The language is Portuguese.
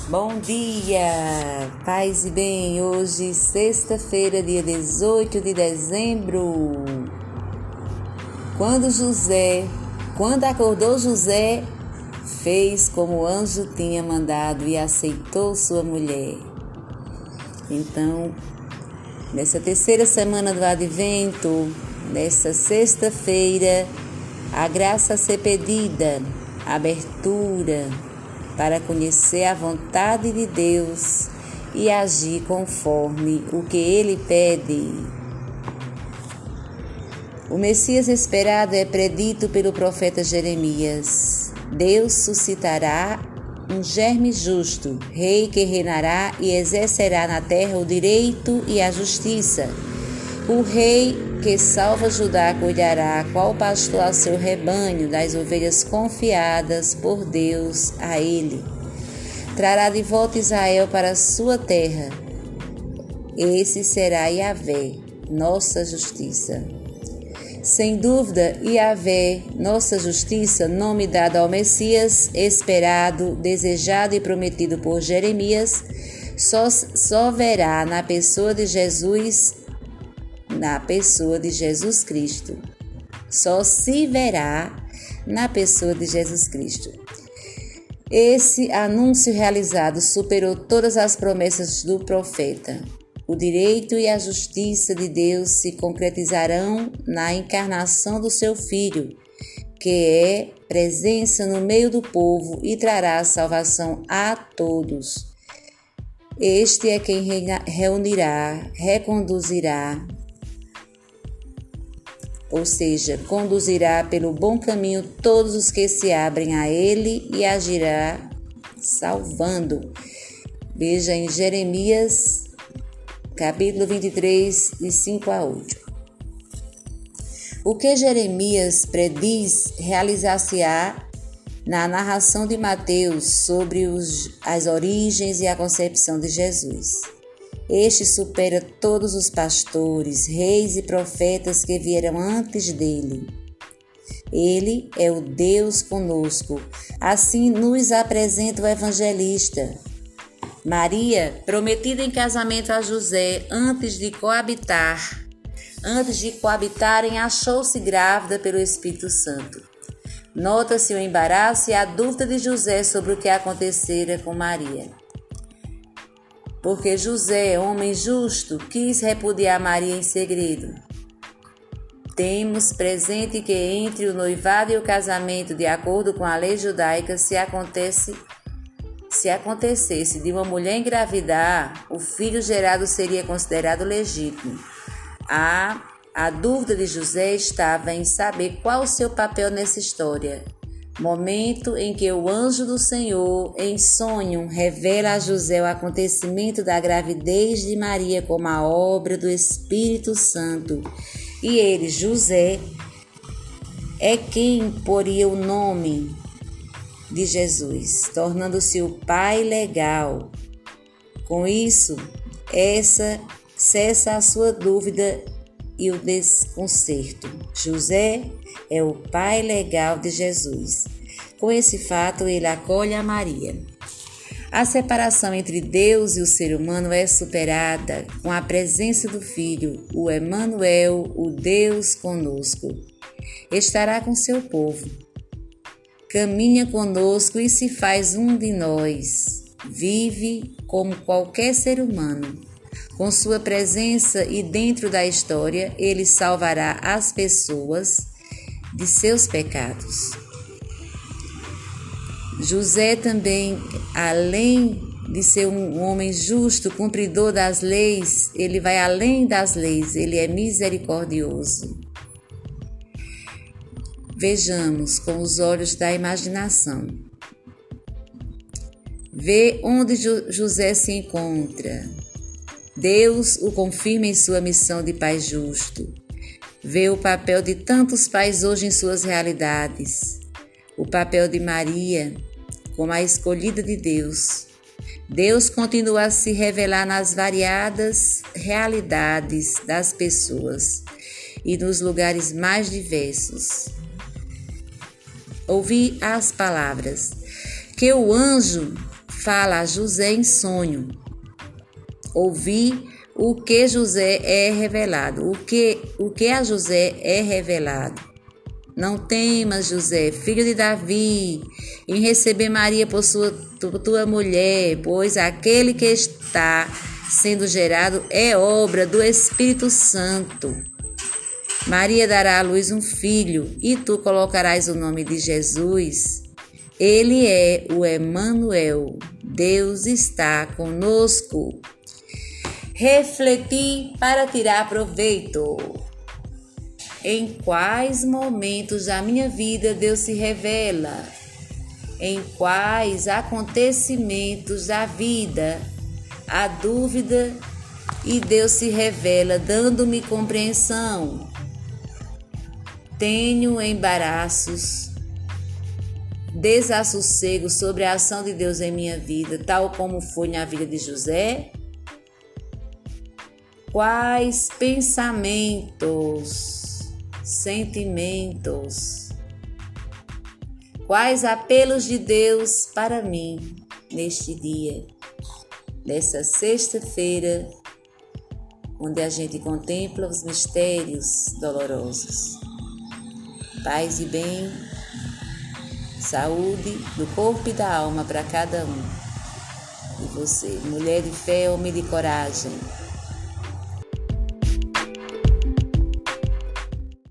Bom dia, paz e bem. Hoje, sexta-feira, dia 18 de dezembro. Quando acordou José, fez como o anjo tinha mandado e aceitou sua mulher. Então, nessa terceira semana do Advento, nessa sexta-feira, a graça a ser pedida, a abertura para conhecer a vontade de Deus e agir conforme o que Ele pede. O Messias esperado é predito pelo profeta Jeremias. Deus suscitará um germe justo, rei que reinará e exercerá na terra o direito e a justiça. O rei que salva Judá cuidará, qual pastor ao seu rebanho, das ovelhas confiadas por Deus a ele. Trará de volta Israel para a sua terra. Esse será Yahvé, nossa justiça. Sem dúvida, Yahvé, nossa justiça, nome dado ao Messias, esperado, desejado e prometido por Jeremias, só verá na pessoa de Jesus Cristo. Só se verá na pessoa de Jesus Cristo. Esse anúncio realizado superou todas as promessas do profeta. O direito e a justiça de Deus se concretizarão na encarnação do seu Filho, que é presença no meio do povo e trará salvação a todos. Este é quem reunirá, reconduzirá, ou seja, conduzirá pelo bom caminho todos os que se abrem a ele e agirá salvando. Veja em Jeremias, capítulo 23, de 5 a 8. O que Jeremias prediz realizar-se-á na narração de Mateus sobre as origens e a concepção de Jesus. Este supera todos os pastores, reis e profetas que vieram antes dele. Ele é o Deus conosco. Assim nos apresenta o evangelista. Maria, prometida em casamento a José antes de coabitarem, achou-se grávida pelo Espírito Santo. Nota-se o embaraço e a dúvida de José sobre o que acontecera com Maria. Porque José, homem justo, quis repudiar Maria em segredo. Temos presente que entre o noivado e o casamento, de acordo com a lei judaica, se acontecesse de uma mulher engravidar, o filho gerado seria considerado legítimo. A dúvida de José estava em saber qual o seu papel nessa história. Momento em que o anjo do Senhor, em sonho, revela a José o acontecimento da gravidez de Maria como a obra do Espírito Santo. E ele, José, é quem poria o nome de Jesus, tornando-se o pai legal. Com isso, cessa a sua dúvida e o desconcerto. José é o pai legal de Jesus. Com esse fato, ele acolhe a Maria. A separação entre Deus e o ser humano é superada com a presença do Filho, o Emanuel, o Deus conosco. Estará com seu povo. Caminha conosco e se faz um de nós. Vive como qualquer ser humano. Com sua presença e dentro da história, ele salvará as pessoas de seus pecados. José também, além de ser um homem justo, cumpridor das leis, ele vai além das leis, ele é misericordioso. Vejamos com os olhos da imaginação. Vê onde José se encontra. Deus o confirma em sua missão de pai justo. Vê o papel de tantos pais hoje em suas realidades. O papel de Maria como a escolhida de Deus. Deus continua a se revelar nas variadas realidades das pessoas e nos lugares mais diversos. Ouvi as palavras que o anjo fala a José em sonho. Ouvi o que José é revelado. O que a José é revelado. Não temas, José, filho de Davi, em receber Maria por tua mulher, pois aquele que está sendo gerado é obra do Espírito Santo. Maria dará à luz um filho, e tu colocarás o nome de Jesus. Ele é o Emanuel. Deus está conosco. Refleti para tirar proveito. Em quais momentos da minha vida Deus se revela? Em quais acontecimentos da vida há dúvida e Deus se revela, dando-me compreensão? Tenho embaraços, desassossego sobre a ação de Deus em minha vida, tal como foi na vida de José? Quais pensamentos, sentimentos, quais apelos de Deus para mim neste dia, nessa sexta-feira, onde a gente contempla os mistérios dolorosos. Paz e bem, saúde do corpo e da alma para cada um. E você, mulher de fé, homem de coragem,